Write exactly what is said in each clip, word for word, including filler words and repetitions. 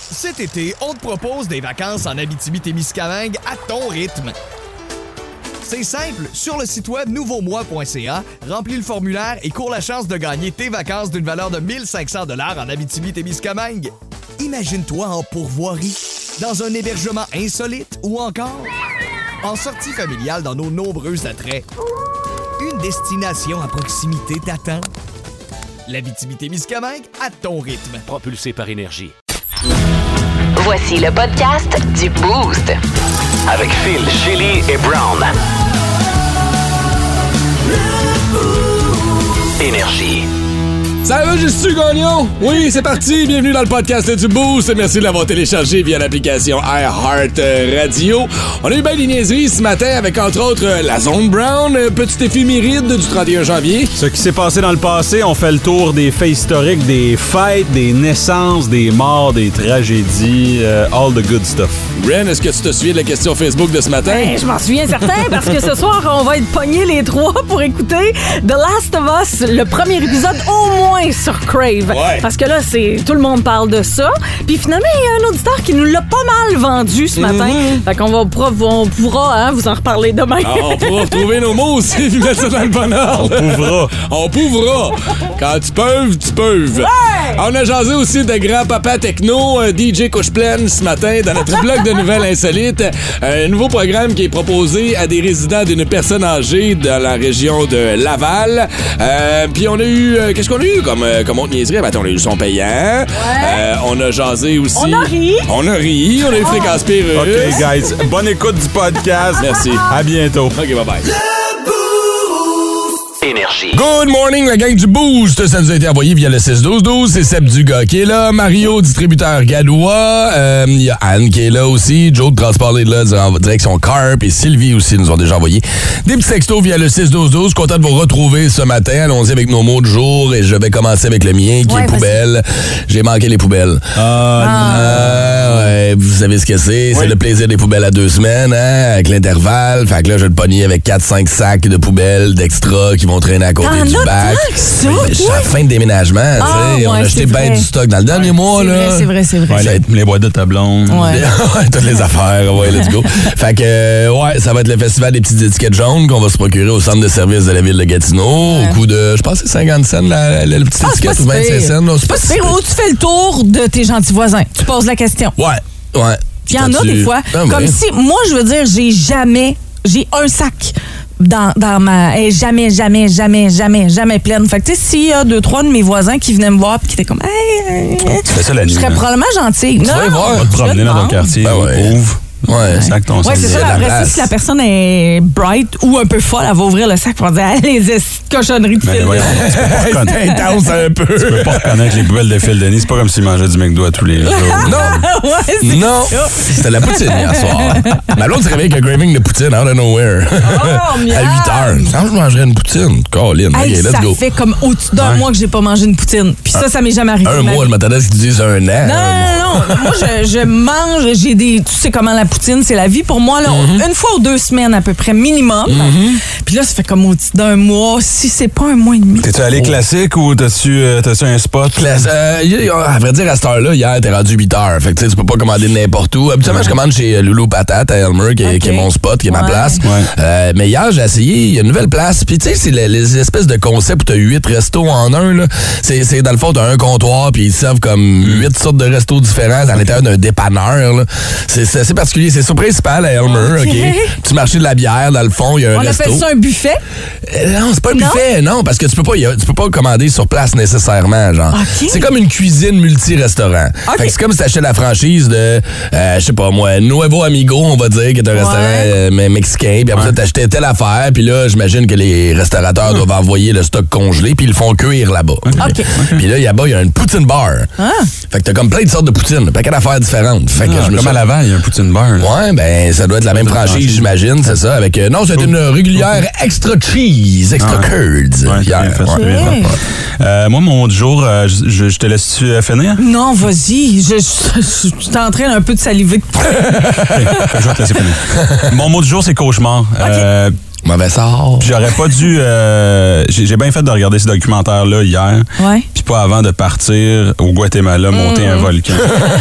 Cet été, on te propose des vacances en Abitibi-Témiscamingue à ton rythme. C'est simple, sur le site web nouveau moi point c a, remplis le formulaire et cours la chance de gagner tes vacances d'une valeur de mille cinq cents dollars en Abitibi-Témiscamingue. Imagine-toi en pourvoirie, dans un hébergement insolite ou encore en sortie familiale dans nos nombreux attraits. Une destination à proximité t'attend. L'Abitibi-Témiscamingue à ton rythme. Propulsé par Énergie. Voici le podcast du Boost. Avec Phil, Shelly et Brown. Énergie. Ça va, je suis Gagnon? Oui, c'est parti. Bienvenue dans le podcast du Boost. Merci de l'avoir téléchargé via l'application iHeart Radio. On a eu bien des niaiseries ce matin avec, entre autres, la Zone Brown, petit éphéméride du trente et un janvier. Ce qui s'est passé dans le passé, on fait le tour des faits historiques, des fêtes, des naissances, des morts, des tragédies, uh, all the good stuff. Ren, est-ce que tu te souviens de la question Facebook de ce matin? Ben, je m'en souviens certain parce que ce soir, on va être pognés les trois pour écouter The Last of Us, le premier épisode au moins sur Crave. Ouais. Parce que là, c'est tout le monde parle de ça. Puis finalement, il y a un auditeur qui nous l'a pas mal vendu ce matin. Mm-hmm. Fait qu'on va, on pourra hein, vous en reparler demain. Ah, on pourra retrouver nos mots aussi et mettre ça dans le bon ordre. On pouvra. On pouvra. Quand tu peux, tu peux. Ouais! On a jasé aussi de grand-papa techno, D J Couche-Pleine ce matin dans notre blog de nouvelles insolites. Un nouveau programme qui est proposé à des résidents d'une personne âgée dans la région de Laval. Euh, Puis on a eu... Euh, qu'est-ce qu'on a eu comme, euh, comme autre niaiserie? Ben, on a eu le son payant. Ouais. Euh, on a jasé aussi... On a ri. On a ri. On a eu Fréquence Pérusse. OK, guys. Bonne écoute du podcast. Merci. À bientôt. OK, bye-bye. Énergie. Good morning, la gang du Boost. Ça nous a été envoyé via le six douze douze. C'est Seb Dugas qui est là. Mario, distributeur Gadois. Il euh, y a Anne qui est là aussi. Joe de Transport est là, direction Carp. Et Sylvie aussi nous ont déjà envoyé des petits textos via le six douze douze. Content de vous retrouver ce matin. Allons-y avec nos mots du jour. Et je vais commencer avec le mien qui ouais, est poubelle. J'ai manqué les poubelles. Ah, Ah, ouais, vous savez ce que c'est. Oui. C'est le plaisir des poubelles à deux semaines, hein, avec l'intervalle. Fait que là, je vais le pogner avec quatre cinq sacs de poubelles d'extra qui vont traîner à côté T'en du as bac. tant que ça, Oui, ben, je suis à la fin de déménagement. Ah, tu sais, on ouais, a acheté c'est bien vrai. du stock dans le dernier mois. C'est là. vrai, c'est vrai, c'est vrai. Ouais, les, les boîtes de tablons. Ouais. Toutes les affaires, ouais, let's go. Fait que, euh, ouais, ça va être le festival des petites étiquettes jaunes qu'on va se procurer au centre de service de la ville de Gatineau. Ouais. Au coût de, je pense, que c'est cinquante cents la, la, la petite Ah, étiquette c'est ou pas vingt-cinq si cents. Non, c'est pas C'est si où tu fais le tour de tes gentils voisins. Tu poses la question. Ouais, ouais. Puis il y en a T'as-tu- des fois. Ah, comme ouais. si, moi, je veux dire, j'ai jamais, j'ai un sac dans, dans ma. Elle est jamais, jamais, jamais, jamais, jamais pleine. Fait que, tu sais, s'il y a deux, trois de mes voisins qui venaient me voir et qui étaient comme, hey, Tu fais ça la nuit. je serais hein. probablement gentille. Non, vas y voir. On va te promener dans ton demande. quartier. Ben ouais. Ouvre. Ouais. Sac ton Ouais, sac. c'est ça. de la Après ça, place. si la personne est bright ou un peu folle, elle va ouvrir le sac pour dire, allez, les cochonneries de Ben, Phil. voyons, tu peux pas C'est reconnaître. intense un peu. Tu peux pas reconnaître les poubelles de Phil Denis. C'est pas comme s'il mangeait du McDo à tous les jours. Non, ouais, c'est non, ça. c'était la poutine hier soir. Ma blonde s'est réveillée avec un craving de poutine out of nowhere. Oh, À miam. huit heures. Quand je mangerais une poutine, Colin, Hey, ok, let's ça go. fait comme au-dessus d'un Ouais. mois que j'ai pas mangé une poutine. Puis ça, ça m'est jamais arrivé. Un de ma mois, vie. je m'attendais à ce qu'ils disent un an. Non, non, non, non. Moi, je, je mange, j'ai des. Tu sais comment la poutine, c'est la vie. Pour moi, là, Mm-hmm. une fois ou deux semaines à peu près minimum. Puis là, ça fait comme au-dessus d'un mois, si c'est pas un mois et demi. T'es-tu allé classique ou t'as-tu euh, t'as-tu un spot? Classe, euh, y- y- à vrai dire, à cette heure-là, hier, t'es rendu huit heures. Fait que tu sais, tu peux pas commander n'importe où. Habituellement, je commande chez Loulou Patate à Elmer, qui, est- Ok. qui est mon spot, qui est ma Ouais. place. Ouais. Euh, mais hier, j'ai essayé, il y a une nouvelle place. Puis tu sais, c'est les, les espèces de concepts où t'as huit restos en un. Là. C'est, c'est dans le fond, t'as un comptoir, puis ils servent comme huit sortes de restos différents à l'intérieur d'un dépanneur. Là. C'est, c'est assez particulier. C'est sur principal à Elmer, Ok. OK? Petit marché de la bière, dans le fond, il y a un On resto. appelle ça un buffet. Euh, non, c'est pas un Non? buffet, non, parce que tu peux pas, y a- tu peux pas commander sur place nécessairement, genre. OK. C'est comme une cuisine multi-restaurant. OK. Fait que c'est comme si t'achetais la franchise de, euh, je sais pas moi, Nuevo Amigo, on va dire, qui est un Ouais. restaurant euh, me- mexicain, puis après ça, t'achetais telle affaire, puis là, j'imagine que les restaurateurs doivent envoyer le stock congelé, puis ils le font cuire là-bas. OK. Puis là, là-bas, il y a une poutine bar. Ah. Fait que t'as comme plein de sortes de poutines, un paquet d'affaires différentes. Fait que Ah, je me comme suis- à Laval, il y a un poutine bar. là. Ouais, ben, ça doit être la même Une franchise, franchise. j'imagine, c'est ça. Avec, euh, non, c'est une régulière extra cheese, extra Ah ouais. curds. Ouais, hier. c'est bien fait, Ouais. c'est bien Ouais. fait. Euh, moi, mon mot du jour, euh, je, je- je te laisse-tu euh, finir? Non, vas-y. Je, je, je, je suis en train un peu de saliver. Je vais te laisser finir. Mon mot du jour, c'est cauchemar. Euh, Mauvais sort. Puis j'aurais pas dû... Euh, j'ai, j'ai bien fait de regarder ce documentaire-là hier. Ouais. Puis pas avant de partir au Guatemala monter mmh. un volcan.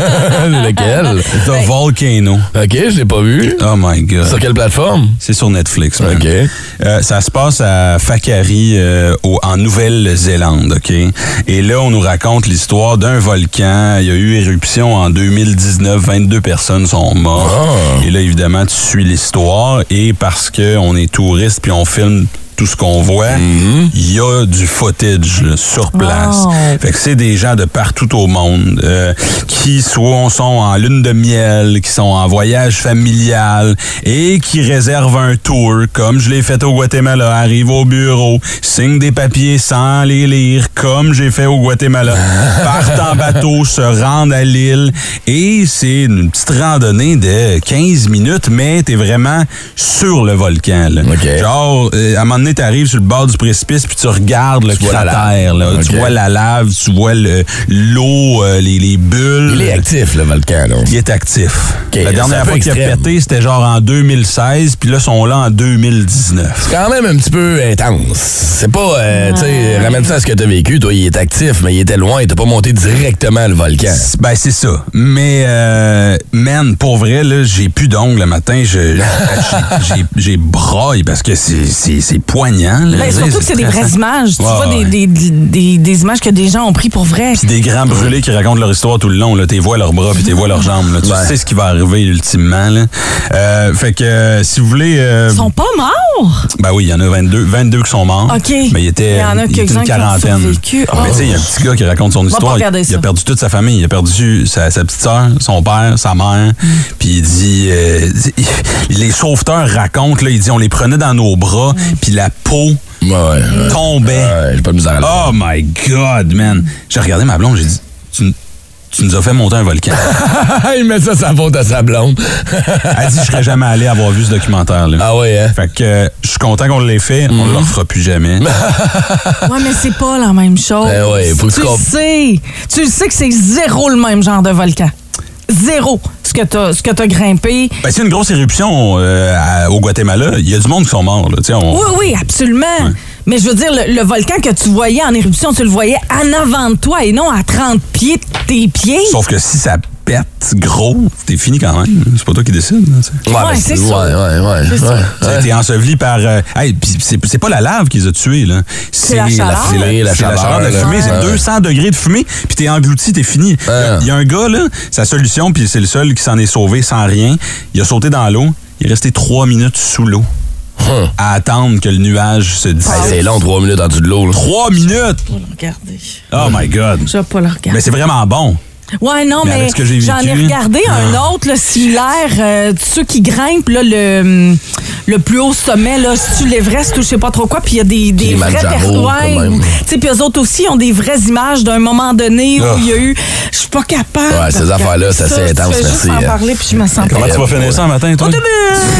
Lequel? The Volcano. OK, je l'ai pas vu. Oh my God. Sur quelle plateforme? C'est sur Netflix. Man. OK. Euh, ça se passe à Fakari, euh, au, en Nouvelle-Zélande, OK? Et là, on nous raconte l'histoire d'un volcan. Il y a eu éruption en deux mille dix-neuf. vingt-deux personnes sont mortes. Oh. Et là, évidemment, tu suis l'histoire. Et parce qu'on est touriste puis on filme tout ce qu'on voit, il mm-hmm. y a du footage là, sur place. Oh. Fait que c'est des gens de partout au monde euh, qui soit sont en lune de miel, qui sont en voyage familial et qui réservent un tour, comme je l'ai fait au Guatemala, arrivent au bureau, signent des papiers sans les lire, comme j'ai fait au Guatemala, partent en bateau, se rendent à l'île et c'est une petite randonnée de quinze minutes, mais t'es vraiment sur le volcan. Là. Okay. Genre, euh, à un moment donné, t'arrives sur le bord du précipice puis tu regardes le tu cratère. Là. Okay. Tu vois la lave, tu vois le, l'eau, euh, les, les bulles. Il est actif, le volcan. Là. Il est actif. Okay, la dernière fois qu'il a pété, c'était genre en deux mille seize, puis là, ils sont là en deux mille dix-neuf. C'est quand même un petit peu intense. C'est pas, euh, tu sais, ramène ça à ce que t'as vécu. Toi, il est actif, mais il était loin. Il t'a pas monté directement le volcan. C'est, ben, c'est ça. Mais, euh, man, pour vrai, là, j'ai plus d'ongles le matin. Je, j'ai, j'ai, j'ai braille parce que c'est, c'est, c'est poignant. Là, ben, surtout que c'est des vraies images. Tu ouais, vois ouais. Des, des, des, des images que des gens ont pris pour vrai. Puis des grands brûlés qui racontent leur histoire tout le long. Tu vois leurs bras puis tu vois leurs jambes. Là. Tu ouais. sais ce qui va arriver ultimement. Là. Euh, fait que euh, si vous voulez... Euh, Ils sont pas morts? Ben oui, il y en a vingt-deux, vingt-deux qui sont morts. OK. Mais il était, il y en a il était une quarantaine. Qui ont oh. Mais tu sais, il y a un petit gars qui raconte son histoire. Il, il a perdu toute sa famille. Il a perdu sa, sa petite sœur, son père, sa mère. Mm. Puis il dit... Euh, les sauveteurs racontent, là, il dit, on les prenait dans nos bras, mm. puis la peau... Ouais, ouais, tombait. Ouais, j'ai pas de misère à le Oh my God, man. J'ai regardé ma blonde, j'ai dit, tu, tu nous as fait monter un volcan. Il met ça sa faute à sa blonde. Elle dit, je serais jamais allé avoir vu ce documentaire-là. Ah ouais, hein? Fait que euh, je suis content qu'on l'ait fait, mm-hmm. on le refera plus jamais. Ouais, mais c'est pas la même chose. Ben ouais, faut que tu tu le sais. Tu le sais que c'est zéro le même genre de volcan. Zéro ce que t'as, ce que t'as grimpé. Ben, c'est une grosse éruption euh, à, au Guatemala. Il y a du monde qui sont morts. Là. On... Oui, oui, absolument. Ouais. Mais je veux dire, le, le volcan que tu voyais en éruption, tu le voyais en avant de toi et non à trente pieds de tes pieds. Sauf que si ça pète gros, t'es fini quand même. C'est pas toi qui décide. Là, ouais, ouais c'est, c'est ça. Ouais, ouais, ouais. C'est ouais, ça. Ouais. T'es enseveli par... Euh, hey, pis c'est, c'est pas la lave qui les a tués. Là. C'est, c'est la chaleur. La, c'est la, la, c'est chaleur, la chaleur de la fumée. Ouais. C'est deux cents degrés de fumée, puis t'es englouti, t'es fini. Il ouais. y, y a un gars, là, sa solution, puis c'est le seul qui s'en est sauvé sans rien. Il a sauté dans l'eau. Il est resté trois minutes sous l'eau. Hum. À attendre que le nuage se dissipe. Ah, c'est long, trois minutes en dessous de l'eau. Là. Trois minutes! Je vais le regarder. Oh my God. Je vais pas le regarder. Mais c'est vraiment bon. Ouais, non, mais, mais ce que j'ai j'en vécu, ai regardé ah. un autre là, similaire, euh, ceux qui grimpent là, le, le plus haut sommet, là, c'est-tu l'Everest ou je sais pas trop quoi, puis il y a des, des vraies personnes. Tu sais, puis eux autres aussi ont des vraies images d'un moment donné ah. où il y a eu... Je suis pas capable. Ouais, ces affaires-là, c'est assez intense, merci. Je vais juste en parler, puis je me sens Comment tu vas finir ça un matin, toi? Autobus!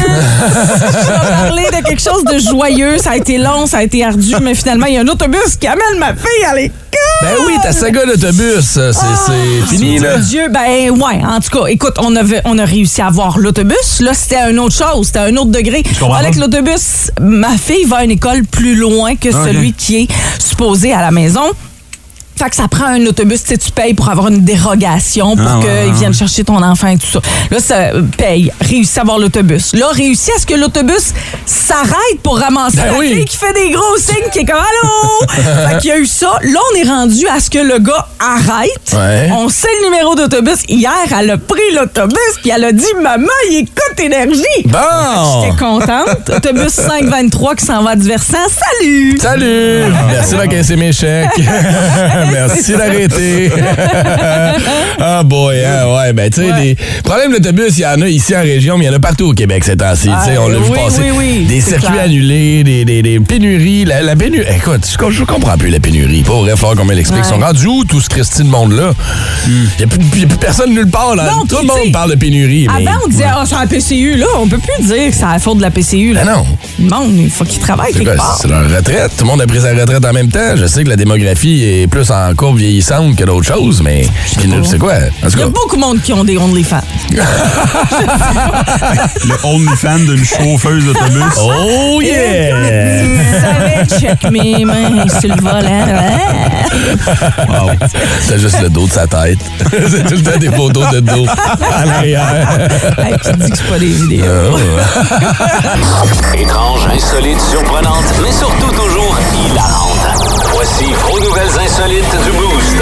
Je vais parler de quelque chose de joyeux. Ça a été long, ça a été ardu, mais finalement, il y a un autobus qui amène ma fille à l'école. Ben oui, ta saga d'autobus, c'est, ah, c'est fini, là. Dieu, ben ouais, en tout cas, écoute, on, avait, on a réussi à avoir l'autobus. Là, c'était une autre chose, c'était un autre degré. Avec l'autobus, ma fille va à une école plus loin que okay. celui qui est supposé à la maison. Fait que ça prend un autobus, tu sais, tu payes pour avoir une dérogation pour ah, qu'ils ouais, ouais. viennent chercher ton enfant et tout ça. Là, ça paye, réussit à avoir l'autobus. Là, réussit à ce que l'autobus s'arrête pour ramasser ben la oui. fille qui fait des gros signes, qui est comme « Allô! » Fait qu'il y a eu ça. Là, on est rendu à ce que le gars arrête. Ouais. On sait le numéro d'autobus. Hier, elle a pris l'autobus puis elle a dit « Maman, il écoute énergie! » Bon! J'étais contente. Autobus cinq vingt-trois qui s'en va du versant. Salut! Salut! Merci d'encaisser mes chèques. Merci d'arrêter. Ah oh boy, hein, ouais, ben tu sais, ouais. des problèmes d'autobus, il y en a ici en région, mais il y en a partout au Québec ces temps-ci. Ah, on l'a oui, vu passer. Oui, oui, des circuits clair. annulés, des, des, des pénuries. La, la pénurie, écoute, je, je comprends plus la pénurie. Pas vrai, fort comme elle l'explique. Ouais. Ils sont rendus où, tout ce Christy de monde-là? Il n'y a, a plus personne nulle part, là. Non, toi, Tout le monde parle de pénurie. Mais... Avant, on disait, ah, oh, c'est la P C U. Là, on peut plus dire que c'est la faute de la P C U. Là. Ben non. Le monde, il faut qu'il travaille quelque quoi, part. C'est leur retraite. Tout le monde a pris sa retraite en même temps. Je sais que la démographie est plus en courbe vieillissante que d'autres choses, mais c'est quoi? En tout Il y a cas... beaucoup de monde qui ont des OnlyFans. Le OnlyFans d'une chauffeuse d'autobus. Oh yeah! Tu savais, check mes mains sur le volant. Wow. C'est juste le dos de sa tête. C'est tout le temps des photos de dos à l'arrière. Hey, tu dis que c'est pas des vidéos. Étrange, insolite, surprenante, mais surtout toujours hilarante. Voici vos nouvelles insolites du Boost.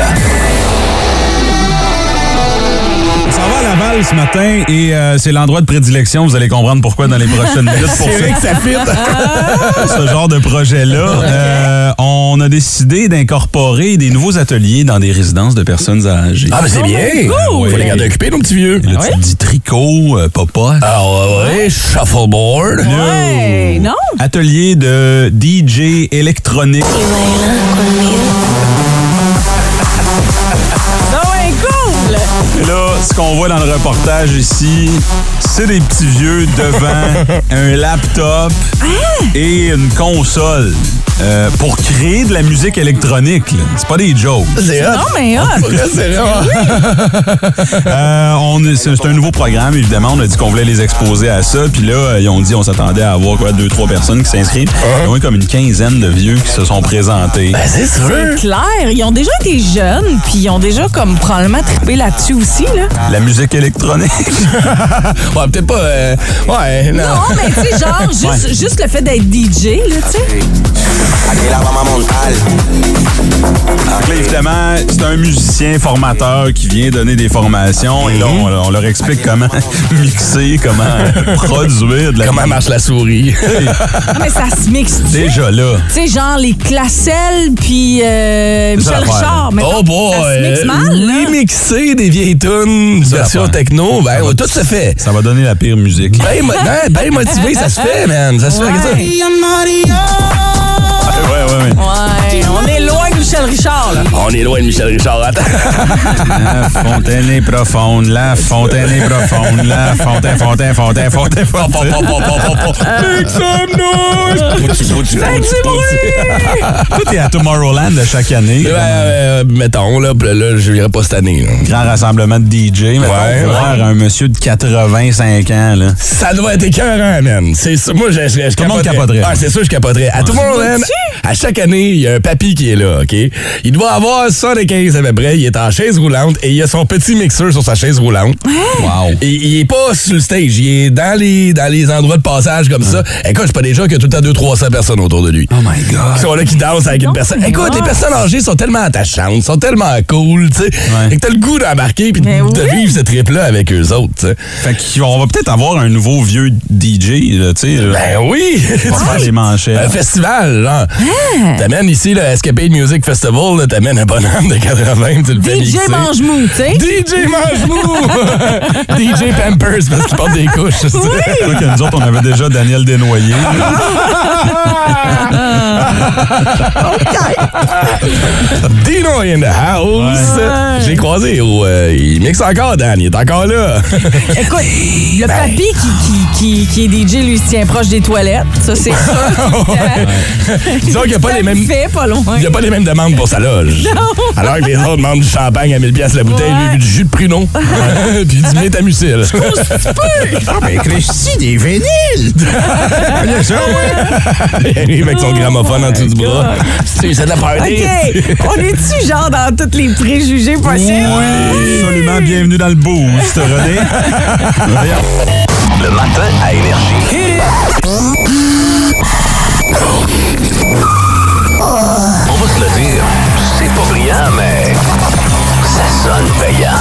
On s'en va à Laval ce matin et euh, c'est l'endroit de prédilection. Vous allez comprendre pourquoi dans les prochaines minutes. Pour C'est vrai que ça fit. ce genre de projet-là. Euh, on a décidé d'incorporer des nouveaux ateliers dans des résidences de personnes âgées. Ah, mais c'est bien. cool. Faut les garder occupés, nos petits vieux. Et là, tu te dis tricot, euh, papa. Ah ouais, ouais, shuffleboard. Ouais, non? Atelier de D J électronique. Non, ouais, cool! Et là, ce qu'on voit dans le reportage ici, c'est des petits vieux devant un laptop et une console euh, pour créer de la musique électronique. là. C'est pas des jokes. C'est hot. Non, mais hot! C'est rare. Euh, on est- c'est c'est un nouveau programme, évidemment. On a dit qu'on voulait les exposer à ça. Puis là, ils ont dit on s'attendait à avoir quoi, deux, trois personnes qui s'inscrivent. Il y a eu comme une quinzaine de vieux qui se sont présentés. Ben, c'est sûr. Claire, ils ont déjà été jeunes, puis ils ont déjà comme probablement trippé là-dessus aussi, là. La musique électronique. Ouais, peut-être pas. euh, ouais, non. Non, mais tu sais, genre, juste, juste le fait d'être D J, là, tu sais. Donc là, évidemment, c'est un musicien formateur qui vient donner des formations. Et là, on, on leur explique comment mixer, comment produire de la Comment marche la souris? Ah, mais ça se mixe. Déjà là. Tu sais, genre les Classel puis euh, C'est ça Michel l'affaire, Richard. mettons, Oh boy! ça se mixe mal, là. Remixer des vieilles tunes, Ça version l'affaire. techno, ben, ouais, tout se fait. Ça va donner la pire musique. Ben, mo- ben, ben motivé, ça se fait, man. Ça se fait. Ouais. Regarde Ouais, ouais, ouais. Ouais, on est loin de Michel Richard, là. ça. On est loin de Michel Richard. Attends. La fontaine est profonde, la fontaine est profonde, la fontaine, fontaine, fontaine, fontaine, fontaine. Make some noise! Fais du bruit! Toi, t'es à Tomorrowland de chaque année. Ouais, euh, mettons, là, pis là, je viendrai pas cette année. Là. Grand rassemblement de D J. Mais Ouais, pour voir un monsieur de quatre-vingt-cinq ans, là. Ça doit être écœurant, man. C'est ça. Moi, je, je, je Tout le monde capoterait. Ah, c'est sûr, je capoterais. À Tomorrowland, à chaque année, il y a un papy qui est là, OK? Il doit avoir soixante-quinze à peu près. Il est en chaise roulante et il a son petit mixeur sur sa chaise roulante. Wow. Et il est pas sur le stage. Il est dans les, dans les endroits de passage comme ça. Écoute, je sais pas déjà qu'il y a tout le temps deux cents à trois cents personnes autour de lui. Oh my God. Qui sont là, qui dansent avec une personne. Écoute, les personnes âgées sont tellement attachantes, sont tellement cool, tu sais. Ouais. Et que t'as le goût d'embarquer puis de, Mais de oui. vivre ce trip-là avec eux autres, tu sais. Fait qu'on va peut-être avoir un nouveau vieux D J, là, tu sais. là. Ben oui! On va faire les manchettes. Un festival, genre. T'amènes ici le Escapade Music Festival, là, t'amènes un bonhomme de quatre-vingts, tu le fais D J mixer. mange-mou, tu sais. D J mange-mou! D J Pampers, parce qu'il porte des couches. tu sais. Toi que nous autres, on avait déjà Daniel Desnoyers. Dino in the house. Ouais. J'ai croisé. Au, euh, il mixe encore, Dan. Il est encore là. Écoute, le papy qui, qui, qui, qui est D J, lui, se tient proche des toilettes. Ça, c'est sûr. Disons qu'il n'y a pas les mêmes... fait pas loin. Il n'y a pas les mêmes demandes pour sa loge. Alors que les autres demandent du champagne à mille piastres la bouteille, Ouais. lui, du jus de pruneau, puis du métamucil. Ah, ben, Christy, des vinyles! Il arrive avec son gramophone en dessous du bras. C'est c'est de la party. OK. On est-tu genre dans tous les préjugés possibles? Absolument bienvenue dans le boost, René. Le matin à Énergie. On va se le dire, c'est pas brillant, mais ça sonne payant.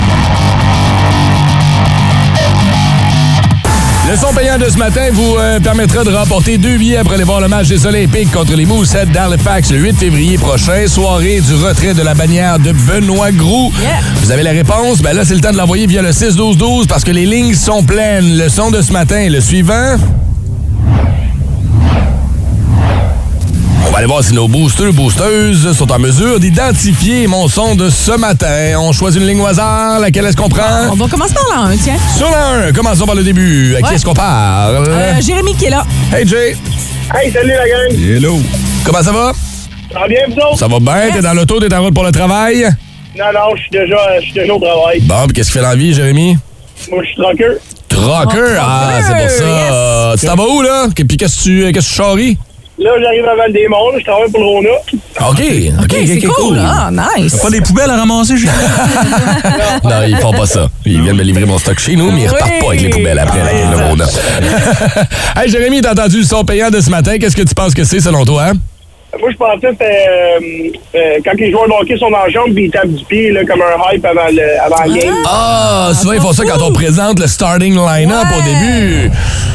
Le son payant de ce matin vous euh, permettra de remporter deux billets pour aller voir le match des Olympiques contre les Mooseheads d'Halifax le huit février prochain, soirée du retrait de la bannière de Benoît Groux. Yeah. Vous avez la réponse? Ben là, c'est le temps de l'envoyer via le six douze douze parce que les lignes sont pleines. Le son de ce matin est le suivant. On va va aller voir si nos boosters, boosteuses sont en mesure d'identifier mon son de ce matin. On choisit une ligne au hasard. Laquelle est-ce qu'on prend? On va commencer par la un, tiens. Sur la un, commençons par le début. À qui Ouais. est-ce qu'on parle? Euh, Jérémy qui est là. Hey, Jay. Hey, salut la gang! Hello. Comment ça va? Ça va bien, vous autres? Ça va bien? Yes. T'es dans l'auto, t'es en route pour le travail? Non, non, je suis déjà, je suis déjà au travail. Bon, puis qu'est-ce que tu fais dans la vie, Jérémy? Moi, je suis trucker. Trucker? Oh, Ah, c'est pour ça. Tu t'en vas où, là? Puis qu'est-ce que tu, qu'est-ce que tu charries? Là, j'arrive à Val-des-Monts, je travaille pour le Rona. OK, OK, OK, c'est OK, cool. cool. Ah, nice. Pas des poubelles à ramasser, Jules? Non, ils font pas ça. Ils viennent me livrer mon stock chez nous, mais ils repartent pas avec les poubelles après la game de Rona. Hey, Jérémy, t'as entendu le son payant de ce matin. Qu'est-ce que tu penses que c'est, selon toi? Moi, je pensais que c'était euh, euh, quand les joueurs de hockey sont dans la jambe puis ils tapent du pied là, comme un hype avant le, avant le game. Ah, souvent, ils font ça quand on présente le starting line-up Ouais. au début.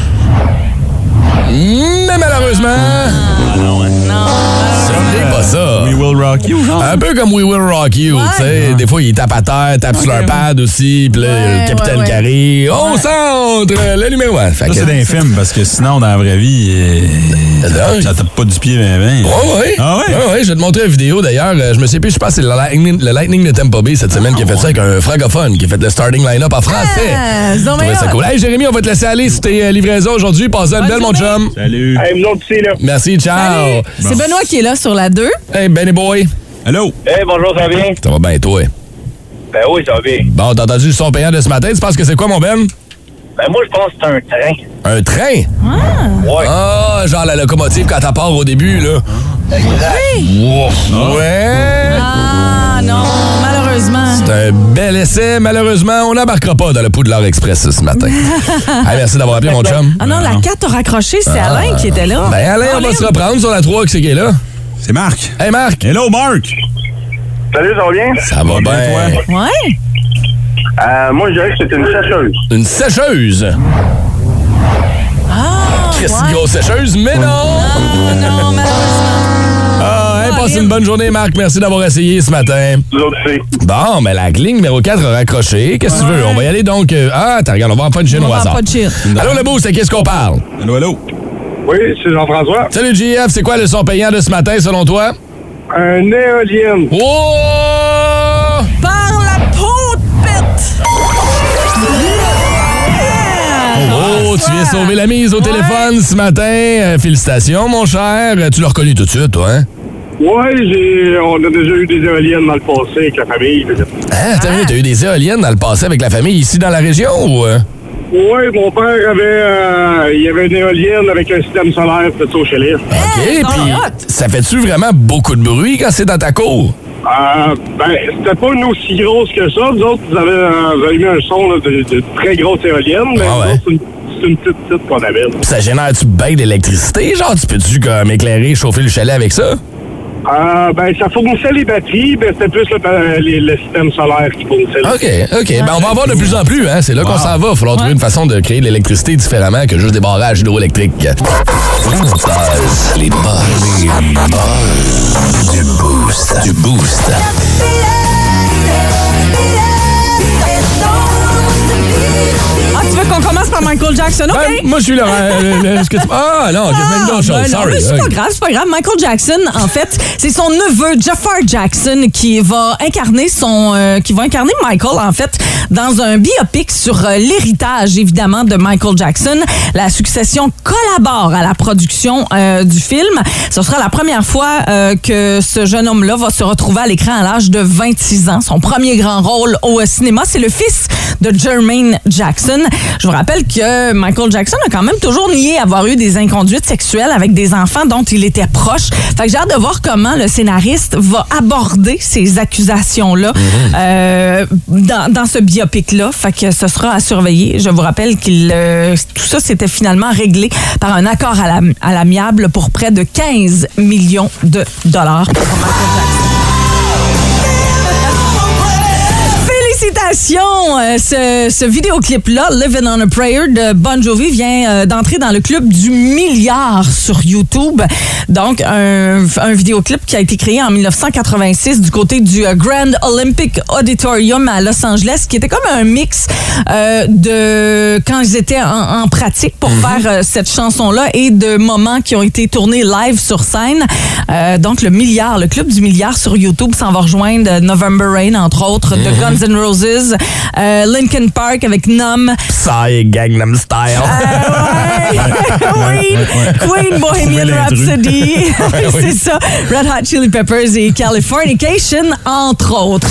Mais malheureusement, Non. ce n'est pas ça. We will rock you, genre. Un peu comme We Will Rock You, Ouais. tu sais. Des fois, ils tapent à terre, tapent sur leur pad aussi, puis là, Ouais, le capitaine ouais, ouais. Carré, au centre, le numéro un. Fait Ça, que- c'est d'un film, parce que sinon, dans la vraie vie, euh, dingue. ça tape pas du pied, ben, ben. Ouais, ouais. Ah ouais? Ouais, ouais, je vais te montrer une vidéo d'ailleurs. Euh, Je me sais plus, je pense que c'est le Lightning, le Lightning de Tampa Bay cette semaine qui a fait ça avec un francophone, qui a fait le starting line-up en français. Ah, c'est Je donc trouvais bien ça hot. cool. Hey, Jérémy, on va te laisser aller sur tes euh, livraisons aujourd'hui. Passe une Bonne belle, mon journée. chum. Salut. Hey, vous autres, c'est là. Merci, ciao. Salut. C'est Benoît qui est là sur la deux. Hey, Benny Boy. Hello. Hey, bonjour, ça va bien? Ça va bien, toi? Ben oui, ça va bien. Bon, t'as entendu le son payant de ce matin? Tu penses que c'est quoi, mon Ben? Ben moi, je pense que c'est un train. Un train? Ouais. Ah, genre la locomotive quand elle part au début, là. Wow. Ouais. Ah, non, malheureusement. C'est un bel essai. Malheureusement, on n'embarquera pas dans le Poudlard Express ce matin. Hey, merci d'avoir appelé, mon chum. Ah non, la quatre a raccroché, c'est Alain qui était là. Ben, Alain, on va se reprendre sur la trois, qui c'est qui est là? C'est Marc. Hey, Marc. Hello, Marc. Salut, ça va bien? Ça va bien. toi? Ouais. Euh, moi, je dirais que c'est une sécheuse. Une sécheuse. Ah, Qu'est-ce ouais. une grosse sécheuse? Mais non! Ah, non, malheureusement. Ah, hey, passe Horrible. une bonne journée, Marc. Merci d'avoir essayé ce matin. Vous autres, c'est. Bon, mais la ligne numéro quatre a raccroché. Qu'est-ce que tu veux? On va y aller donc. euh, Ah, attends, regarde, on va en faire une chaîne On au va hasard. pas de chill. Allô, le boost, à qui est-ce qu'on parle? Hello, hello. Oui, c'est Jean-François. Salut, J F, c'est quoi le son payant de ce matin, selon toi? Un éolienne. Oh! Par la peau de pète. Oh, tu viens sauver la mise au téléphone ce matin. Euh, félicitations, mon cher. Euh, Tu l'as reconnu tout de suite, toi, hein? Ouais, j'ai, on a déjà eu des éoliennes dans le passé avec la famille. Hein, t'as vu, t'as eu des éoliennes dans le passé avec la famille ici dans la région ou... euh? Ouais, mon père avait, euh, il y avait une éolienne avec un système solaire, tout ça au chalet. OK, Hey, puis c'est hot. ça fait-tu vraiment beaucoup de bruit quand c'est dans ta cour? Euh, ben, c'était pas une aussi grosse que ça. Vous autres, vous avez, euh, vous avez mis un son là, de, de très grosse éolienne, mais Ah ouais. nous autres, c'est une, c'est une petite petite qu'on avait. Puis ça génère-tu bien d'électricité? Genre, tu peux-tu comme éclairer, chauffer le chalet avec ça? Euh, ben, ça fournissait les batteries, mais c'était plus le, les- le système solaire qui fournissait. OK, OK. Ben, on va en voir de plus en plus, hein. C'est là qu'on s'en va. Il va falloir trouver une façon de créer de l'électricité différemment que juste des barrages hydroélectriques. Les buzz, les buzz, les buzz du boost, du boost. Ah, tu veux qu'on commence par Michael Jackson? OK. Ben, moi, je suis là. euh, le- est-ce que tu- Ah, non, j'ai fait une autre Ah, chose. ben non, Sorry. mais c'est pas OK. grave, c'est pas grave. Michael Jackson, en fait, c'est son neveu Jafar Jackson qui va incarner son, euh, qui va incarner Michael, en fait, dans un biopic sur euh, l'héritage, évidemment, de Michael Jackson. La succession collabore à la production euh, du film. Ce sera la première fois euh, que ce jeune homme-là va se retrouver à l'écran à l'âge de vingt-six ans. Son premier grand rôle au cinéma, c'est le fils de Jermaine Jackson. Je vous rappelle que Michael Jackson a quand même toujours nié avoir eu des inconduites sexuelles avec des enfants dont il était proche. Fait que j'ai hâte de voir comment le scénariste va aborder ces accusations-là euh, dans, dans ce biopic-là. Fait que ce sera à surveiller. Je vous rappelle que euh, tout ça, c'était finalement réglé par un accord à la- à l'amiable pour près de quinze millions de dollars pour Michael Jackson. Félicitations! Euh, ce, ce vidéoclip-là, Living on a Prayer de Bon Jovi, vient euh, d'entrer dans le club du milliard sur YouTube. Donc, un, un vidéoclip qui a été créé en dix-neuf cent quatre-vingt-six du côté du euh, Grand Olympic Auditorium à Los Angeles, qui était comme un mix euh, de quand ils étaient en, en pratique pour mm-hmm. faire euh, cette chanson-là et de moments qui ont été tournés live sur scène. Euh, donc, le milliard, le club du milliard sur YouTube s'en va rejoindre November Rain, entre autres, mm-hmm. de Guns N' Roses, euh, Linkin Park avec Numb. Psy, Gangnam Style. Euh, ouais. Queen, Queen, Bohemian Rhapsody. C'est ça. Red Hot Chili Peppers et Californication, entre autres.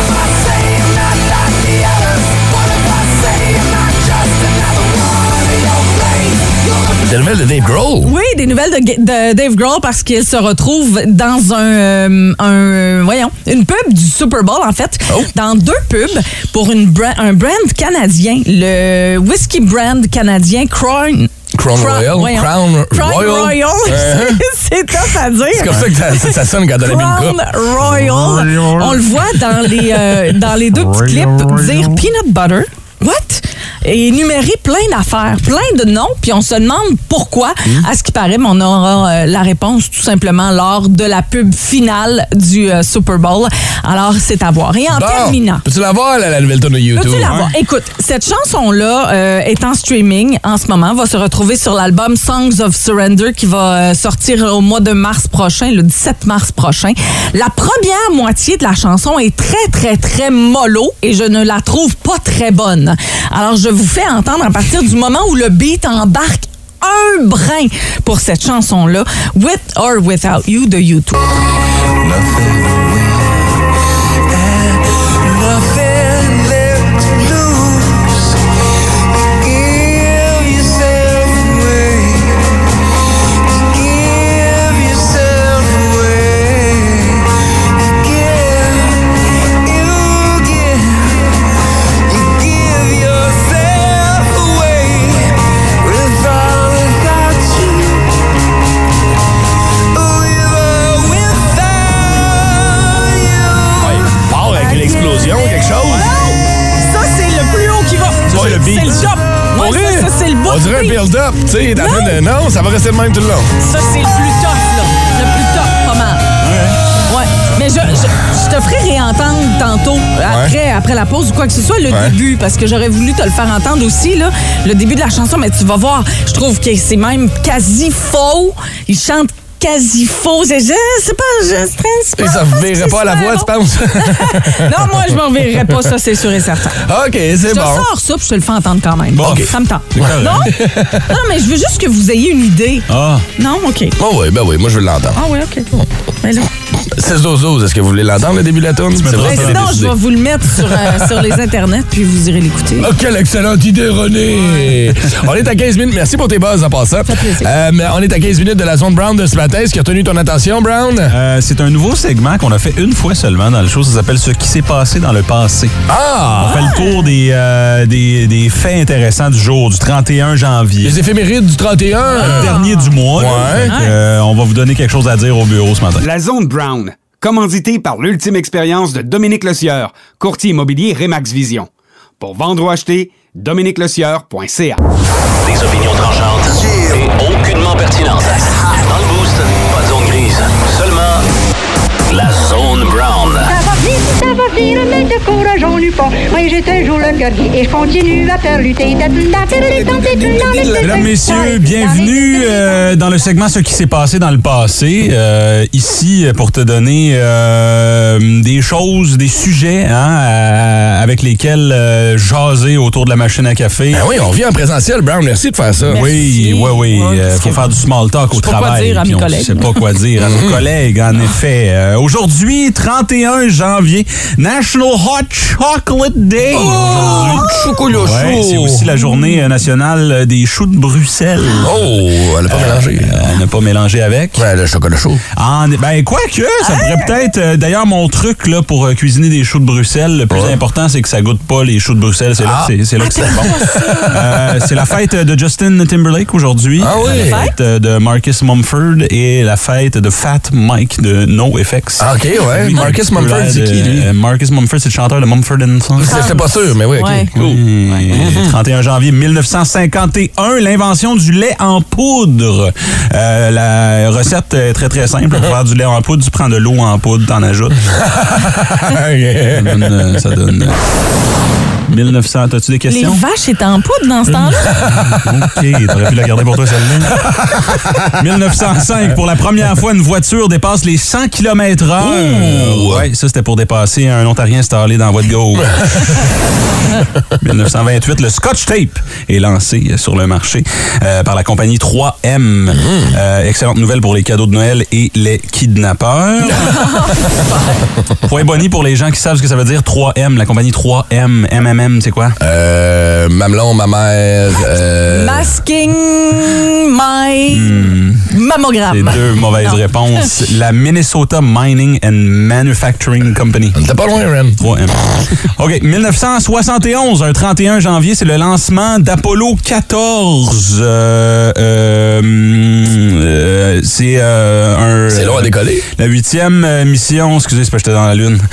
Des nouvelles de Dave Grohl? Oui, des nouvelles de, de Dave Grohl parce qu'il se retrouve dans un, euh, un voyons, une pub du Super Bowl, en fait, oh. dans deux pubs pour une bra- un brand canadien, le whisky brand canadien Crown. Crown Royal? Voyons. Crown, Crown Royal? Royal. Uh-huh. C'est tough à dire. C'est comme ça que ça, ça sonne quand on a mis une coupe. Crown Royal. On le voit dans les, euh, dans les deux petits clips dire peanut butter. What? Et énumérer plein d'affaires, plein de noms, puis on se demande pourquoi. Mmh. À ce qui paraît, mais on aura euh, la réponse tout simplement lors de la pub finale du euh, Super Bowl. Alors, c'est à voir. Et en bon, terminant... Peux-tu la voir, la, la nouvelle tonne de YouTube? Peux-tu la voir? Ouais. Écoute, cette chanson-là euh, est en streaming en ce moment, va se retrouver sur l'album Songs of Surrender qui va euh, sortir au mois de mars prochain, le dix-sept mars prochain. La première moitié de la chanson est très, très, très mollo et je ne la trouve pas très bonne. Alors, je vous fais entendre à partir du moment où le beat embarque un brin pour cette chanson-là, With or Without You de YouTube. On dirait un build-up, tu sais, non. De... non, ça va rester le même tout le long. Ça, c'est le plus tough, là. Le plus tough, pas mal. Ouais. Ouais. Mais je, je, je te ferai réentendre tantôt, après, ouais. après la pause ou quoi que ce soit, le ouais. début, parce que j'aurais voulu te le faire entendre aussi, là, le début de la chanson, mais tu vas voir, je trouve que c'est même quasi faux. Il chante quasi faux. Je sais pas, je stresse pas. Et ça ne verrait pas à la voix, tu penses? Non, moi, je m'en verrais pas, ça, c'est sûr et certain. OK, c'est je bon. Je te sors ça, puis je te le fais entendre quand même. Bon, okay. Ça me tente. Non? Non, mais je veux juste que vous ayez une idée. Ah. Non? OK. Oh oui, ben oui, moi, je veux l'entendre. Ah oui, OK. Ben là. seize douze douze, est-ce que vous voulez l'entendre, le début de la tourne? Ben, sinon, je vais vous le mettre sur, euh, sur les internets, puis vous irez l'écouter. Oh, quelle excellente idée, René! Ouais. On est à quinze minutes. Merci pour tes buzz en passant. Ça fait plaisir. Euh, on est à quinze minutes de la zone Brown de ce matin. Est-ce qui a retenu ton attention, Brown? Euh, c'est un nouveau segment qu'on a fait une fois seulement dans le show. Ça s'appelle « Ce qui s'est passé dans le passé ». Ah! On fait le tour des, euh, des, des faits intéressants du jour, du trente et un janvier. Les éphémérides du trente et un. Ah. Le dernier du mois. Ouais. Là, donc, euh, on va vous donner quelque chose à dire au bureau ce matin. La zone Brown, commandité par l'ultime expérience de Dominique Lecieur, courtier immobilier Remax Vision. Pour vendre ou acheter, dominique lecieur point c a. Des opinions tranchantes et aucunement pertinentes. Dans le boost, pas de zone grise, seulement la zone Brown. Ça va vite, ça va vite, mais de courage on n'eut pas. Moi j'étais toujours le guerrier et je continue à faire lutter. Mesdames, messieurs, bienvenue euh, dans le segment « Ce qui s'est passé dans le passé euh, ». Ici, pour te donner euh, des choses, des sujets hein, euh, avec lesquels euh, jaser autour de la machine à café. Ben oui, on vient en présentiel, Brown. Merci de faire ça. Merci. Oui, oui, oui. Il euh, faut faire du small talk au travail. Je sais pas quoi dire à mes collègues. Je sais pas quoi dire à nos collègues, en effet. Euh, aujourd'hui, trente et un janvier, National Hot Chocolate Day. Oh! chocolat chaud. Ouais, c'est aussi la journée nationale des choux de Bruxelles. Oh, elle n'a pas euh, mélangé. Elle n'a pas mélangé avec. Ouais, le chocolat chaud. En, ben, quoi que, ça pourrait peut-être... Euh, d'ailleurs, mon truc là, pour euh, cuisiner des choux de Bruxelles, le plus ouais. important, c'est que ça goûte pas les choux de Bruxelles. C'est ah. là que c'est, c'est, là que c'est bon. Euh, c'est la fête de Justin Timberlake aujourd'hui. Ah oui. La fête de Marcus Mumford et la fête de Fat Mike de NoFX. Ah, OK, ouais. Lui, Marcus Mumford, c'est qui, lui? Euh, Marcus Mumford, c'est le chanteur de Mumford and Sons. J'étais pas sûr, mais oui, OK. Ouais. Cool. Ouais. trente et un janvier mille neuf cent cinquante et un, l'invention du lait en poudre. Euh, la recette est très, très simple. Pour faire du lait en poudre, tu prends de l'eau en poudre, t'en ajoutes. Ça donne... Ça donne mille neuf cents, as-tu des questions? Les vaches étaient en poudre dans ce temps-là? OK, t'aurais pu la garder pour toi, celle-là. mille neuf cent cinq, pour la première fois, une voiture dépasse les cent kilomètres heure. Ouais, ça, c'était pour dépasser un Ontarien installé dans la voie de gauche. mille neuf cent vingt-huit, le Scotch Tape est lancé sur le marché euh, par la compagnie trois M. Mmh. Euh, excellente nouvelle pour les cadeaux de Noël et les kidnappeurs. Point Bonnie pour les gens qui savent ce que ça veut dire trois M, la compagnie trois M. M M M, c'est quoi? Euh, mamelon, ma mère. Euh... Masking my mmh. mammogramme. C'est deux mauvaises non. réponses. La Minnesota Mining and Manufacturing Company. On était pas loin, Ren. trois M. OK, mille neuf cent soixante et onze, un trente et un janvier, c'est le lancement d'Apollo quatorze. Euh, euh, euh, c'est euh, un... C'est long à décoller. La huitième mission... Excusez, c'est parce que j'étais dans la Lune.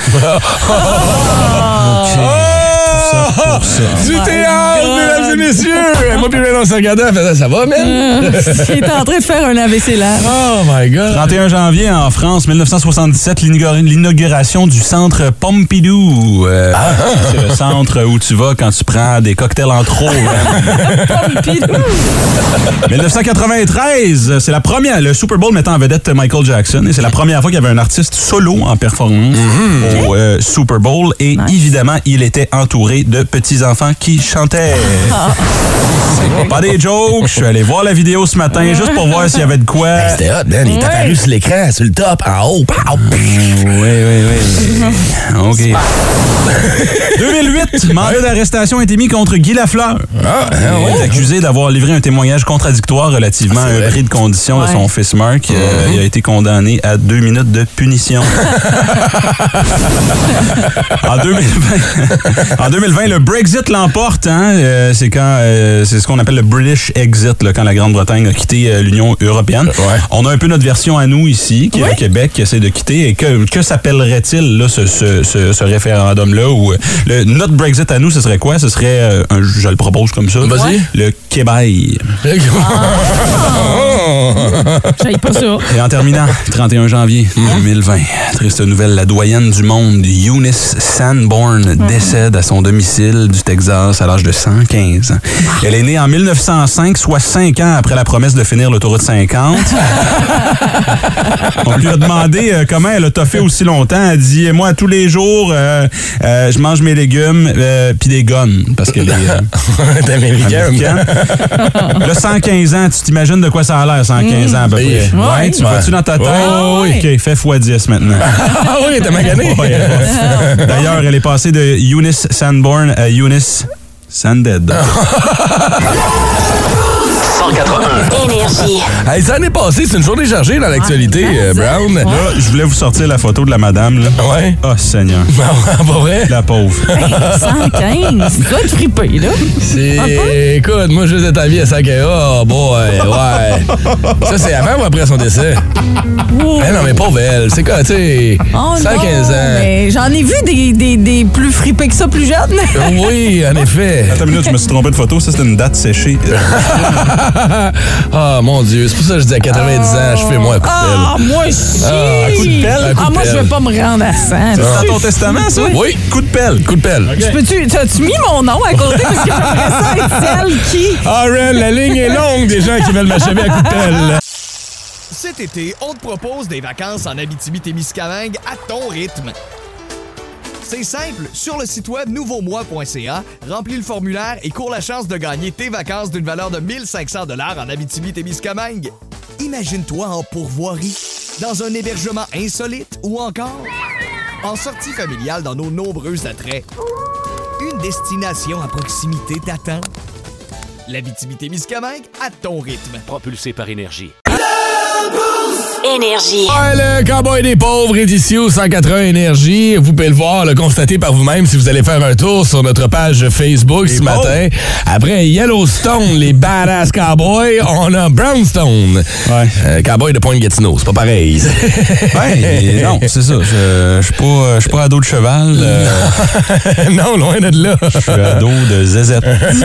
OK. Pour ça. Du théâtre, mesdames et messieurs! Moi, puis on se regardait, elle faisait, ça va, man? Euh, il était en train de faire un A V C là. Oh my God! trente et un janvier, en France, mille neuf cent soixante-dix-sept, l'inauguration du centre Pompidou. Euh, ah, c'est le centre où tu vas quand tu prends des cocktails en trop. Pompidou! mille neuf cent quatre-vingt-treize, c'est la première, le Super Bowl mettant en vedette Michael Jackson, et c'est la première fois qu'il y avait un artiste solo en performance mm-hmm. au euh, Super Bowl, et nice. Évidemment, il était entouré de petits-enfants qui chantaient. Ah. C'est pas des jokes. Je suis allé voir la vidéo ce matin juste pour voir s'il y avait de quoi. Hey, c'était hot, man. Il est apparu sur l'écran, sur le top, en haut. Pow. Oui, oui, oui. OK. deux mille huit, mandat d'arrestation a été mis contre Guy Lafleur. Ah, il est accusé d'avoir livré un témoignage contradictoire relativement à un bris de condition ouais. de son fils Mark. Mm-hmm. Euh, il a été condamné à deux minutes de punition. En deux mille vingt, en deux mille vingt, le Brexit l'emporte. Hein? Euh, c'est quand euh, c'est ce qu'on appelle le British Exit, là, quand la Grande-Bretagne a quitté euh, l'Union européenne. Ouais. On a un peu notre version à nous ici, qui est ouais. le Québec, qui essaie de quitter. Et que, que s'appellerait-il là, ce, ce, ce, ce référendum-là? Où, le, notre Brexit à nous, ce serait quoi? Ce serait, euh, un, je le propose comme ça, vas-y. Le Québec. Ah. J'aille pas ça. Et en terminant, trente et un janvier deux mille vingt, triste nouvelle, la doyenne du monde, Eunice Sanborn, mm-hmm. décède à son domicile du Texas à l'âge de cent quinze ans. Elle est née en mille neuf cent cinq, soit cinq ans après la promesse de finir l'autoroute cinquante. On lui a demandé euh, comment elle a toffé aussi longtemps. Elle dit, moi, tous les jours, euh, euh, je mange mes légumes euh, puis des guns, parce qu'elle est euh, américaine. Là, cent quinze ans, tu t'imagines de quoi ça a l'air, cent quinze ans à peu près? Ouais, ouais, tu vois-tu dans ta tête? Oh, oui. OK, fais fois dix maintenant. Ah oui, t'es magané. Ouais, ouais. D'ailleurs, elle est passée de Eunice Sanborn à Eunice Sanded. cent quatre-un. Énergie. Hey, ça l'année passée, c'est une journée chargée dans l'actualité, ouais, euh, Brown. Là, je voulais vous sortir la photo de la madame. Là. Ouais. Oh, Seigneur. Pas vrai? La pauvre. cent quinze. Tu dois être frippé, là. C'est... Écoute, moi, je faisais ta vie à cent quinze. Oh, boy, ouais. Ça, c'est avant ou après son décès? Oh. Ben non, mais pauvre elle. C'est quoi, tu sais? Oh, cent quinze non, ans. Mais j'en ai vu des, des, des plus frippés que ça, plus jeunes. Oui, en effet. Attends une minute, je me suis trompé de photo. Ça, c'était une date séchée. Ah, oh, mon Dieu. C'est pour ça que je dis à quatre-vingt-dix ans, je fais moi un coup de pelle. Ah, moi aussi. Ah, un coup de pelle? Ah, moi, je vais pas me rendre à cent. C'est dans ton testament, ça? Oui. Coup de pelle. Coup de pelle. Okay. Je peux-tu, t'as-tu mis mon nom à côté? Parce que j'aimerais ça être celle qui... Ah, Ren, la ligne est longue des gens qui veulent m'achever à coup de pelle. Cet été, on te propose des vacances en Abitibi-Témiscamingue à ton rythme. C'est simple, sur le site web nouveau moi point c a, remplis le formulaire et cours la chance de gagner tes vacances d'une valeur de mille cinq cents dollars en Abitibi-Témiscamingue. Imagine-toi en pourvoirie, dans un hébergement insolite ou encore en sortie familiale dans nos nombreux attraits. Une destination à proximité t'attend. L'Abitibi-Témiscamingue à ton rythme. Propulsé par Énergie. Énergie. Ouais, le cowboy des pauvres est ici au cent quatre-vingts Énergie. Vous pouvez le voir, le constater par vous-même si vous allez faire un tour sur notre page Facebook les ce pauvres. matin. Après Yellowstone, les badass cowboys, on a Brownstone. Ouais. Euh, cowboy de Pointe-Gatineau, c'est pas pareil. Ben, non, c'est ça. Je je suis pas, je suis pas ado de cheval. Euh, non, loin de là. Je suis ado de zézette.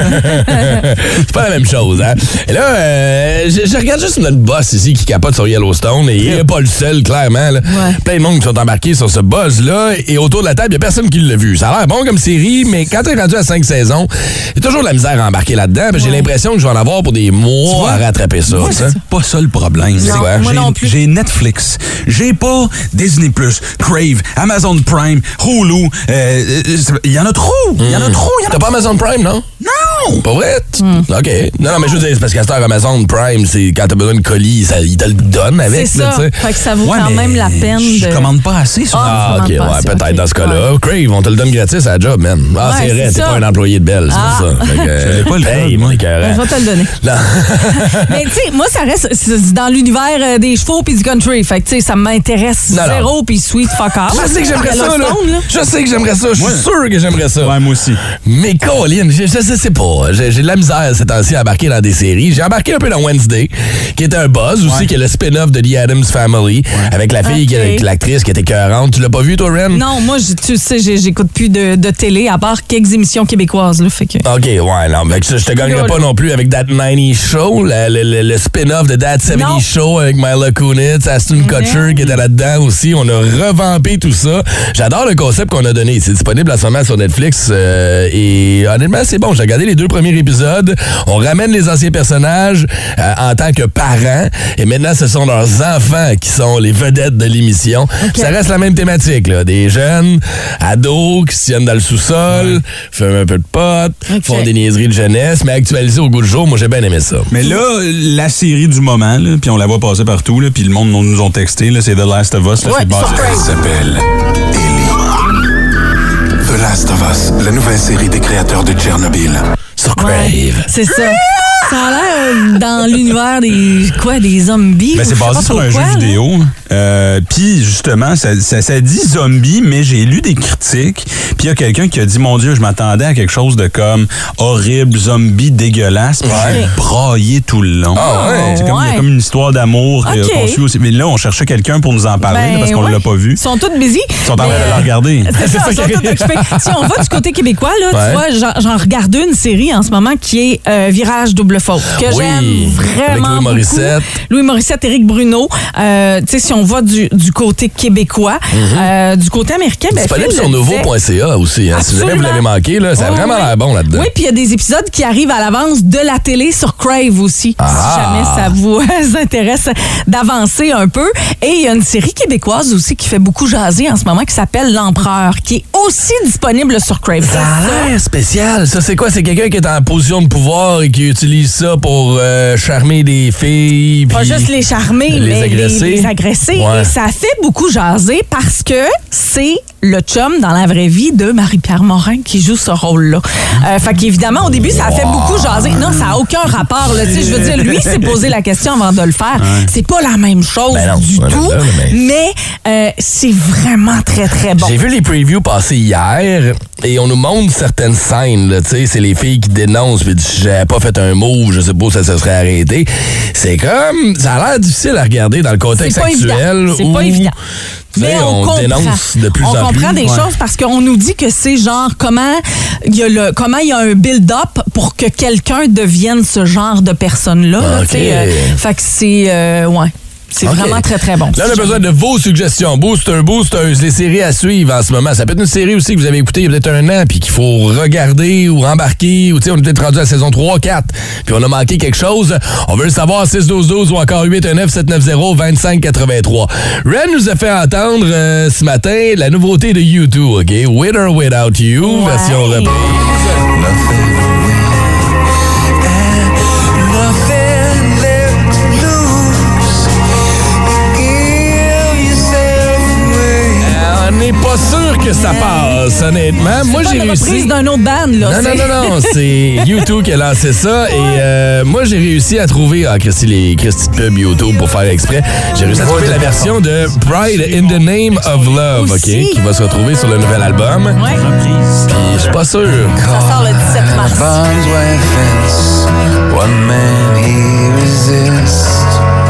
C'est pas la même chose, hein? Et là, euh, je, je regarde juste notre boss ici qui capote sur Yellowstone et il n'est pas le seul, clairement. Là. Ouais. Plein de monde qui sont embarqués sur ce buzz-là et autour de la table, il n'y a personne qui l'a vu. Ça a l'air bon comme série, mais quand t'es rendu à cinq saisons, il y a toujours de la misère à embarquer là-dedans. Ouais. J'ai l'impression que je vais en avoir pour des mois à rattraper ça. Moi, c'est pas ça le problème. C'est quoi? Moi non plus. J'ai Netflix. J'ai pas Disney plus, Crave, Amazon Prime, Hulu. Il euh, y en a trop. Il y en a trop. T'as pas Amazon Prime, non? Non! Pas vrai? Mm. OK. Non, non, mais je veux dire, c'est parce qu'à cette heure, Amazon Prime, c'est quand t'as besoin de colis, ça, il te le donne avec. C'est ça. Là, fait que ça vaut ouais, quand même la peine de... Je commande pas assez sur Ah, OK, ouais, assez, peut-être okay. dans ce cas-là. Ouais. Crave, on te le donne gratis à la job, man. Ah, ouais, c'est vrai, t'es pas un employé de Belle, c'est ah. pour ça. Fait que, je l'ai pas le paye, mon écœurant. Je vais te le donner. Mais tu sais, moi, ça reste c'est dans l'univers des chevaux puis du country. Fait que tu sais, ça m'intéresse non, zéro puis sweet fuck off. Je sais que j'aimerais ça, là. Je sais que j'aimerais ça. Je suis sûr que j'aimerais ça. Ouais, moi aussi. Mais Colin, je, je, je sais pas. J'ai, j'ai de la misère ces temps-ci à embarquer dans des séries. J'ai embarqué un peu dans Wednesday, qui était un buzz aussi, ouais. qui est le spin-off de The Addams Family, ouais. avec la fille, okay. avec l'actrice qui était écœurante. Tu l'as pas vu, toi, Ren? Non, moi, je, tu sais, j'écoute plus de, de télé, à part quelques émissions québécoises. Là, fait que... OK, ouais, non, mais je te gagnerais pas non plus avec That nineties Show, le, le, le spin-off de That seventies Show avec Mila Kunis, Aston mm-hmm. Kutcher qui était là-dedans aussi. On a revampé tout ça. J'adore le concept qu'on a donné. C'est disponible en ce moment sur Netflix euh, et honnêtement, c'est bon. J'ai regardé les deux premiers épisodes. On ramène les anciens personnages euh, en tant que parents et maintenant, ce sont leurs enfants qui sont les vedettes de l'émission. Okay. Ça reste la même thématique, là. Des jeunes, ados qui se tiennent dans le sous-sol, ouais. fument un peu de pot, okay. font des niaiseries de jeunesse, mais actualisés au goût du jour, moi, j'ai bien aimé ça. Mais là, la série du moment, puis on la voit passer partout, puis le monde nous ont texté, là, c'est The Last of Us. Là, ouais, c'est basé. Elle s'appelle Ellie. The Last of Us, la nouvelle série des créateurs de Tchernobyl. Sur Crave. Ouais, c'est ça. Ça a l'air dans l'univers des quoi des zombies. Ben, c'est basé sur un quoi, jeu vidéo. Euh, puis justement, ça, ça, ça dit zombie, mais j'ai lu des critiques. Puis il y a quelqu'un qui a dit, mon Dieu, je m'attendais à quelque chose de comme horrible, zombie, dégueulasse. Puis ouais. j'ai braillé tout le long. Ah ouais. C'est comme, ouais. il y a comme une histoire d'amour okay. qu'on suit aussi. Mais là, on cherchait quelqu'un pour nous en parler ben, là, parce qu'on ouais. l'a pas vu. Ils sont tous busy. Ils sont en train de la regarder. C'est ça, ils sont tous occupés. Si on va du côté québécois, là, ouais. tu vois, j'en, j'en regarde une série en ce moment qui est euh, Virage double faute. Que oui. j'aime vraiment avec Louis Morissette. Beaucoup. Louis Morissette, Éric Bruno. Euh, tu sais, si on va du, du côté québécois, mm-hmm. euh, du côté américain, ben, disponible sur nouveau point c a aussi. Hein, si jamais vous l'avez manqué, là, ça a oh, vraiment oui. l'air bon là-dedans. Oui, puis il y a des épisodes qui arrivent à l'avance de la télé sur Crave aussi. Ah. Si jamais ça vous intéresse d'avancer un peu. Et il y a une série québécoise aussi qui fait beaucoup jaser en ce moment qui s'appelle L'Empereur, qui est aussi disponible sur Crave. Ça a l'air spécial. Ça, c'est quoi? C'est quelqu'un qui est en position de pouvoir et qui utilise ça pour euh, charmer des filles. Pas juste les charmer, les mais agresser. les, les agresser. Ouais. Et ça fait beaucoup jaser parce que c'est le chum dans la vraie vie de Marie-Pierre Morin qui joue ce rôle-là. Euh, fait qu'évidemment, au début, ça a fait beaucoup jaser. Non, ça n'a aucun rapport. Là. Je veux dire, lui s'est posé la question avant de le faire. Ouais. C'est pas la même chose ben non, du tout, là, mais, mais euh, c'est vraiment très, très bon. J'ai vu les previews passer hier et on nous montre certaines scènes. Là, c'est les filles qui dénoncent puis disent « J'avais pas fait un move, je sais pas si ça se serait arrêté. » C'est comme... Ça a l'air difficile à regarder dans le contexte c'est actuel. C'est pas évident. Mais on, on dénonce de plus on en plus. On comprend des ouais. choses parce qu'on nous dit que c'est genre comment il y a le comment il y a un build-up pour que quelqu'un devienne ce genre de personne-là. Okay. Là, euh, fait que c'est euh, ouais. C'est okay. vraiment très, très bon. Là, on a besoin de vos suggestions. Booster, boosters, les séries à suivre en ce moment. Ça peut être une série aussi que vous avez écoutée il y a peut-être un an puis qu'il faut regarder ou embarquer. Ou tu sais, on est peut-être rendu à la saison trois, quatre. Puis on a manqué quelque chose. On veut le savoir, six douze douze ou encore huit un neuf sept neuf zéro deux cinq huit trois. Ren nous a fait entendre euh, ce matin la nouveauté de U deux, OK? With or Without You, ouais. version reprise. On n'est pas sûr que ça passe, honnêtement. Moi, j'ai réussi reprise d'un autre band, là. Non, non, non, non, c'est U deux qui a lancé ça. Et euh, moi, j'ai réussi à trouver... Ah, Christy, les Christy de pub YouTube pour faire exprès. J'ai réussi à trouver la version de Pride in the Name of Love, OK? Qui va se retrouver sur le nouvel album. Ouais. Puis je suis pas sûr. Ça sort le dix-sept mars. One man he resists.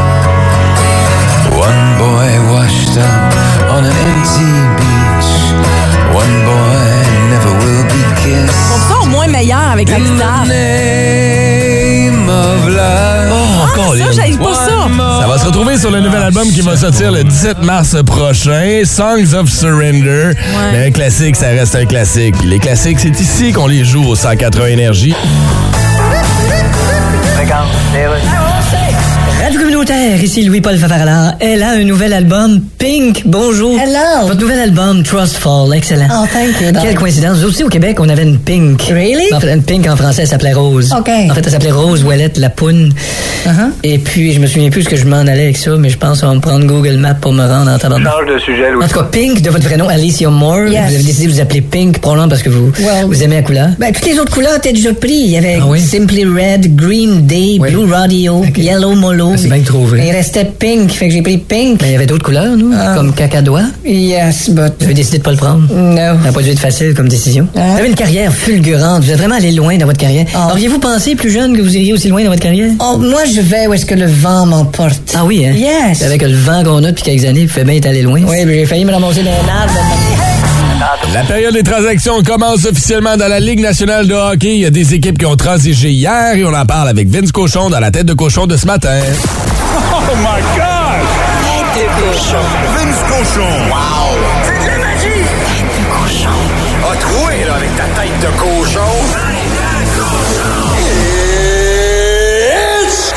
One boy washed up on an empty beach. One boy never will be kissed. On sort moins meilleur avec la guitare. Name of love. Oh, encore Ça, j'aime pas ça. Ça va se retrouver sur le nouvel album qui va sortir le dix-sept mars prochain, Songs of Surrender. Ouais. Mais un classique, ça reste un classique. Puis les classiques, c'est ici qu'on les joue au cent quatre-vingts Énergie. Radio communautaire, ici Louis-Paul Favarala. Elle a un nouvel album, Pink. Bonjour. Hello. Votre nouvel album, Trust Fall, excellent. Oh, thank you. Quelle coïncidence. Nous aussi, au Québec, on avait une Pink. Really? En fait, une Pink en français, elle s'appelait Rose. OK. En fait, elle s'appelait Rose Ouellette Lapoune. Uh-huh. Et puis, je me souviens plus ce que je m'en allais avec ça, mais je pense qu'on va me prendre Google Maps pour me rendre en tabarnak. Change de sujet, Louis. En tout cas, Pink, de votre vrai nom, Alicia Moore. Yes. Vous avez décidé de vous appeler Pink, probablement parce que vous, Well, vous aimez la couleur. Ben, toutes les autres couleurs étaient déjà prises. Il y avait Ah oui? Simply Red, Green Day, Oui. Blue Radio, Ok. Yellow Molo. Ah, c'est bien trouvé. Il restait Pink, fait que j'ai pris Pink. Mais il y avait d'autres couleurs, nous, Ah. comme cacadois. Yes, but... Vous avez décidé de pas le prendre? No. Ça n'a pas dû être facile comme décision. Hein? Vous avez une carrière fulgurante. Vous êtes vraiment allé loin dans votre carrière. Ah. Auriez-vous pensé, plus jeune, que vous iriez aussi loin dans votre carrière? Oh, moi, je vais où est-ce que le vent m'emporte. Ah oui, hein? Yes. Avec le vent qu'on a depuis quelques années, vous faites bien être allé loin. Oui, mais j'ai failli me ramasser dans un arbre. La période des transactions commence officiellement dans la Ligue nationale de hockey. Il y a des équipes qui ont transigé hier et on en parle avec Vince Cochon dans la tête de cochon de ce matin. Oh my God! Tête de cochon. Vince Cochon. Wow! C'est de la magie! Tête de cochon. A troué, là, avec ta tête de cochon. Tête de cochon. It's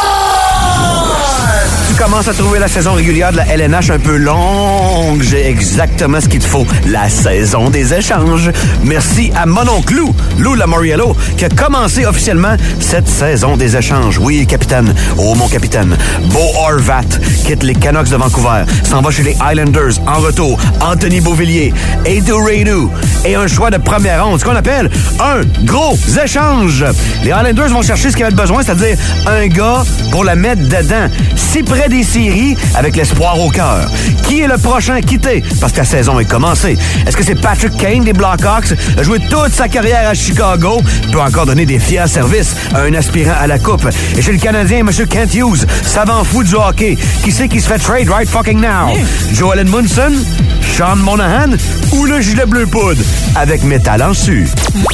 time! Tu commences à trouver la saison régulière de la L N H un peu longue. J'ai exactement ce qu'il te faut. La saison des échanges. Merci à mon oncle Lou, Lou Lamoriello, qui a commencé officiellement cette saison des échanges. Oui, capitaine. Oh, mon capitaine. Bo Horvat quitte les Canucks de Vancouver. S'en va chez les Islanders. En retour, Anthony Beauvillier, Edu Radu et un choix de première ronde. Ce qu'on appelle un gros échange. Les Islanders vont chercher ce qu'ils avaient besoin, c'est-à-dire un gars pour la mettre dedans. Si près des séries, avec l'espoir au cœur. Qui est le prochain à quitter? Parce que la saison est commencée. Est-ce que c'est Patrick Kane des Blackhawks? A joué toute sa carrière à Chicago. Il peut encore donner des fiers services à un aspirant à la coupe. Et chez le Canadien, M. Kent Hughes, savant fou du hockey. Qui c'est qui se fait trade right fucking now? Joel Edmundson? Sean Monahan? Ou le gilet bleu poudre? Avec métal en su.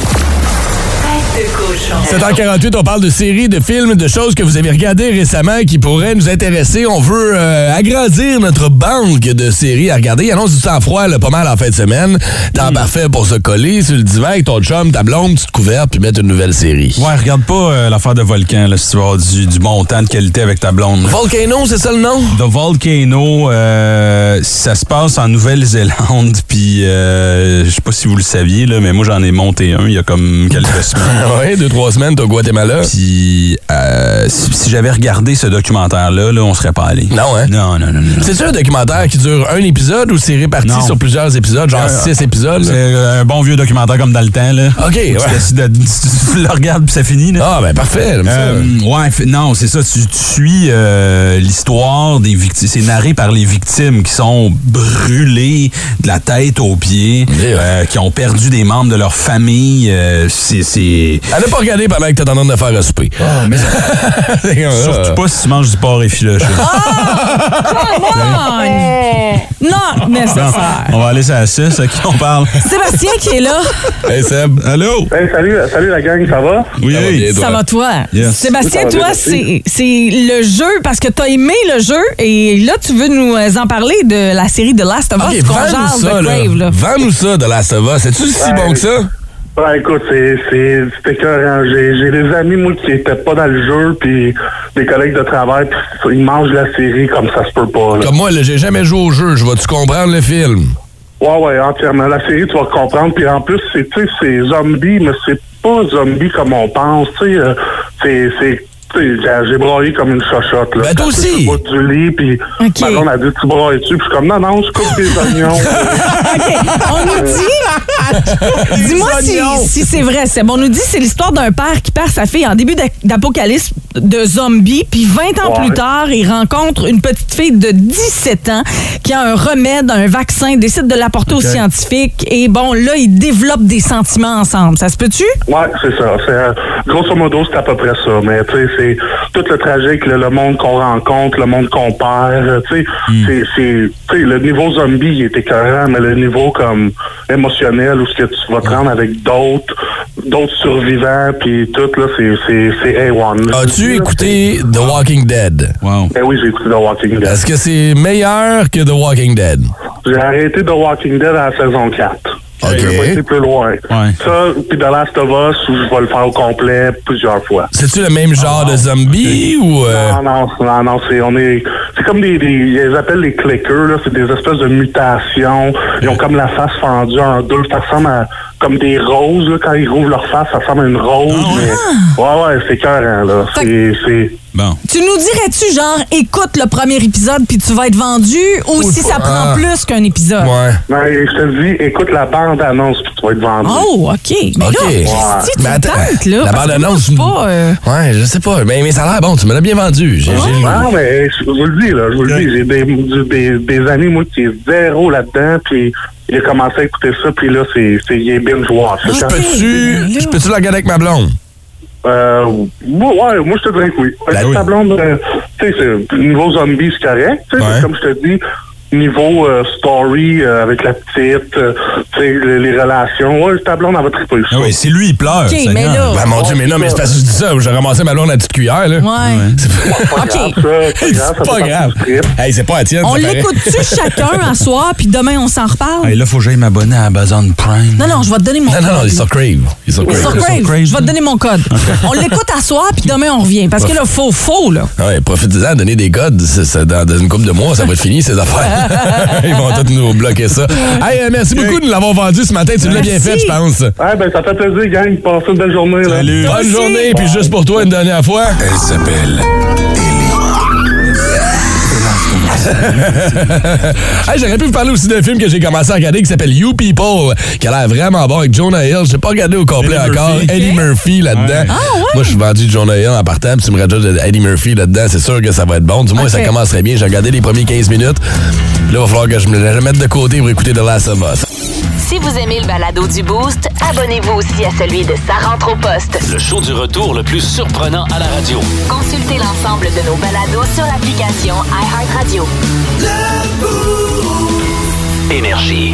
sept heures quarante-huit, on parle de séries, de films, de choses que vous avez regardées récemment qui pourraient nous intéresser. On veut euh, agrandir notre banque de séries à regarder. Il annonce du temps froid là, pas mal en fin de semaine. Temps mm. parfait pour se coller sur le divan avec ton chum, ta blonde, petite couverte, puis mettre une nouvelle série. Ouais, regarde pas euh, l'affaire de Volcan, là, si tu vas avoir du, du bon temps de qualité avec ta blonde. Volcano, c'est ça le nom? The Volcano, euh, ça se passe en Nouvelle-Zélande, puis euh, je sais pas si vous le saviez, là, mais moi j'en ai monté un il y a comme quelques semaines. Oui, deux, trois semaines, t'as au Guatemala. Puis, euh, si, si j'avais regardé ce documentaire-là, là, on serait pas allé. Non, hein? Non, non, non. non. C'est-tu un documentaire qui dure un épisode ou c'est réparti non. sur plusieurs épisodes, genre euh, six épisodes? Là? C'est un bon vieux documentaire comme dans le temps, là. OK, ouais. Tu, de, tu le regardes puis ça finit, là. Ah, ben parfait. Euh, ouais, non, c'est ça. Tu, tu suis euh, l'histoire des victimes. C'est narré par les victimes qui sont brûlées de la tête aux pieds, euh, qui ont perdu des membres de leur famille. Euh, c'est... c'est... Elle n'a pas regardé pendant que t'es en train de faire un souper. Oh, mais surtout pas si tu manges du porc effiloché. Oh, non, nécessaire. On va aller sur la six, à qui on parle. Sébastien qui est là. Hey Seb. Allô? Hey, salut, salut la gang, ça va? Oui, ça oui. Va bien, ça va toi? Yes. Sébastien, oui, toi, c'est, c'est le jeu, parce que t'as aimé le jeu, et là, tu veux nous en parler de la série The Last of Us, okay, qu'on jase de Crave. Là. Vends-nous ça, The Last of Us. C'est-tu si ouais, bon que ça? Ouais, écoute, c'est, c'est, c'est écœurant. J'ai, j'ai des amis, moi, qui étaient pas dans le jeu, puis des collègues de travail, puis ils mangent la série comme ça se peut pas. Là. Comme moi, là, j'ai jamais joué au jeu. Je vais-tu comprendre le film? Ouais, ouais, entièrement. La série, tu vas comprendre. Puis en plus, c'est, tu sais, c'est zombie, mais c'est pas zombie comme on pense. Tu sais, euh, c'est, c'est j'ai broyé comme une chochotte. Là. Ben toi aussi! Au du lit, puis okay. ma blonde a dit tu broyes dessus, puis je suis comme non, non, je coupe des oignons. OK, on nous dit, Dis-moi si, si c'est vrai. C'est bon, on nous dit que c'est l'histoire d'un père qui perd sa fille en début d'apocalypse de zombies, puis vingt ans ouais. plus tard, il rencontre une petite fille de dix-sept ans qui a un remède, un vaccin, décide de l'apporter okay. aux scientifiques, et bon, là, ils développent des sentiments ensemble. Ça se peut-tu? Oui, c'est ça. C'est, euh, grosso modo, c'est à peu près ça. Mais tu sais, c'est tout le tragique, le, le monde qu'on rencontre, le monde qu'on perd. Tu sais, mm. c'est, c'est, tu sais, le niveau zombie, il est écœurant, mais le niveau comme émotionnel, où ce que tu vas te rendre avec d'autres, d'autres survivants, puis tout, là, c'est, c'est, c'est A un. As-tu écouté The Walking Dead? Wow. Ben oui, j'ai écouté The Walking Dead. Est-ce que c'est meilleur que The Walking Dead? J'ai arrêté The Walking Dead à la saison quatre. OK. Je vais pas été plus loin. Ouais. Ça, puis The Last of Us, je vais le faire au complet plusieurs fois. C'est-tu le même genre ah, de zombie okay. ou... Euh... Non, non, non, non, c'est, on est, c'est comme des, des, ils les appellent les clickers, là, c'est des espèces de mutations. Ils ont comme la face fendue en deux, ça ressemble à comme des roses, là, quand ils rouvrent leur face, ça ressemble à une rose. Ah, mais... Ouais, ouais, c'est écœurant, là. C'est, c'est... Bon. Tu nous dirais-tu, genre, écoute le premier épisode puis tu vas être vendu, ou, ou si ça prend ah. plus qu'un épisode? Ouais. Non, je te dis, écoute la bande-annonce puis tu vas être vendu. Oh, OK. Mais okay. là, Christy, tu mais attends, tentes, là. La bande-annonce, je pas... Euh... Ouais, je sais pas. Mais, mais ça a l'air bon, tu me l'as bien vendu. J'ai, ouais. j'ai... Non, mais je vous le dis, là, je vous le dis, j'ai des, des, des amis, moi, qui est zéro là-dedans, puis... Il a commencé à écouter ça, puis là, c'est, c'est, il est binge-watch. Ah, je peux-tu, je peux-tu la regarder avec ma blonde? Euh, ouais, moi, je te dirais que oui. Avec oui. ta blonde, euh, tu sais, c'est, niveau zombie, c'est correct. Tu sais, ouais. Comme je te dis, niveau euh, story euh, avec la petite, euh, tu sais, les, les relations, ouais, ta blonde, elle va triper ça. Ah oui, c'est lui, il pleure. OK, mais là... Ben, mon Dieu, mais non, mais c'est parce que je dis ça, j'ai ramassé ma blonde à la petite cuillère, là. Ouais. ouais. C'est pas, pas OK. grave, ça, c'est pas, pas grave. Hey, c'est pas la tienne, on l'écoute-tu chacun à soir, puis demain, on s'en reparle? Hey, là, faut que j'aille m'abonner à Amazon Prime. Non, non, je vais te donner mon non, code. Non, non, il est sur Crave. Il est sur Crave. Sur Crave. Je vais te donner mon code. Okay. On l'écoute à soir, puis demain, on revient. Parce que là, faut, faut, là. Ouais, profitez-en, donner des codes. C'est, c'est, dans, dans une couple de mois, ça va être fini, ces affaires. Ils vont tous nous bloquer ça. Hey, euh, merci beaucoup de nous l'avoir vendu ce matin. Tu l'as bien fait, je pense. Ouais, ben, ça fait plaisir, gang. Passez une belle journée, là. Salut. Bonne journée, puis juste pour toi, une dernière fois. Elle s'appelle Hey, j'aurais pu vous parler aussi d'un film que j'ai commencé à regarder qui s'appelle You People, qui a l'air vraiment bon avec Jonah Hill. Je n'ai pas regardé au complet Eddie encore. Murphy. Eddie Murphy là-dedans. Ouais. Ah, ouais. Moi, je suis vendu Jonah Hill en partant, puis tu me rajoutes Eddie Murphy là-dedans. C'est sûr que ça va être bon. Du moins, okay. Ça commencerait bien. J'ai regardé les premiers quinze minutes. Puis là, il va falloir que je me le mette de côté pour écouter The Last of Us. Si vous aimez le balado du Boost, abonnez-vous aussi à celui de Sa rentre au poste. Le show du retour le plus surprenant à la radio. Consultez l'ensemble de nos balados sur l'application iHeartRadio. Énergie.